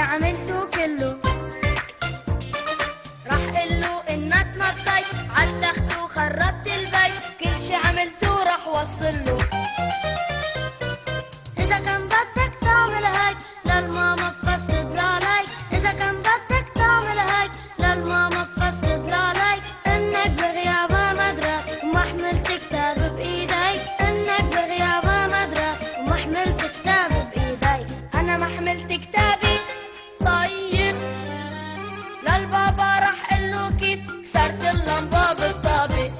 عملته كله. راح قله انك نطيت عالتخت وخربت البيت، كل شي عملته راح وصله. اذا كان بدك تعمل هيك للماما فصد عليك، اذا كان بدك تعمل هيك للماما فصد عليك. انك بغيابها مدرسة وما حملت كتاب بايديك، انك بغيابها مدرسة وما حملت كتاب بايديك. انا ما حملت كتابي طيب للبابا راح قله كيف كسرت اللمبة بالطابق.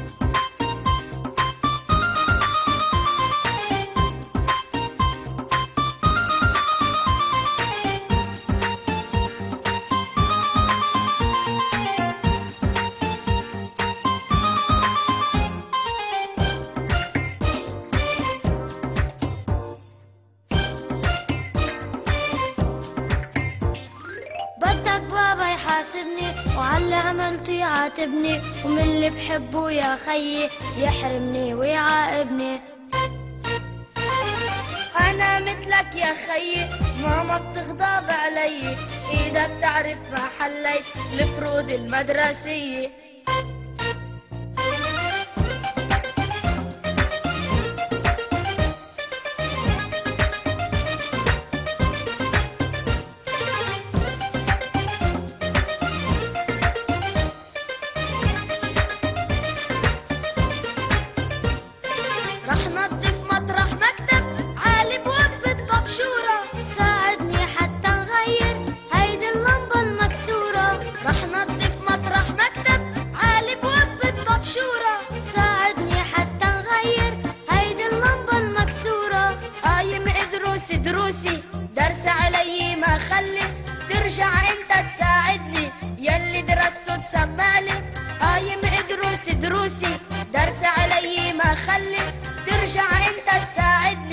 بدك بابا يحاسبني وعلى عملته يعاتبني، ومن اللي بحبه يا خيي يحرمني ويعاقبني. أنا مثلك يا خيي ماما بتغضب علي، إذا بتعرف ما حليت الفروض المدرسية. رح نظف مطرح مكتب عالي بوبة قبشورة، ساعدني حتى نغير هيدي اللمبة المكسورة. رح نظف مطرح مكتب عالي بوبة قبشورة، ساعدني حتى نغير هيدي اللمبة المكسورة. قايم ادرسي دروسي درس علي ما خلي، ترجع انت تساعدني يلي درسته تسمعلي. قايم ادرسي دروسي درس علي ما خلي، ترجع انت تساعدني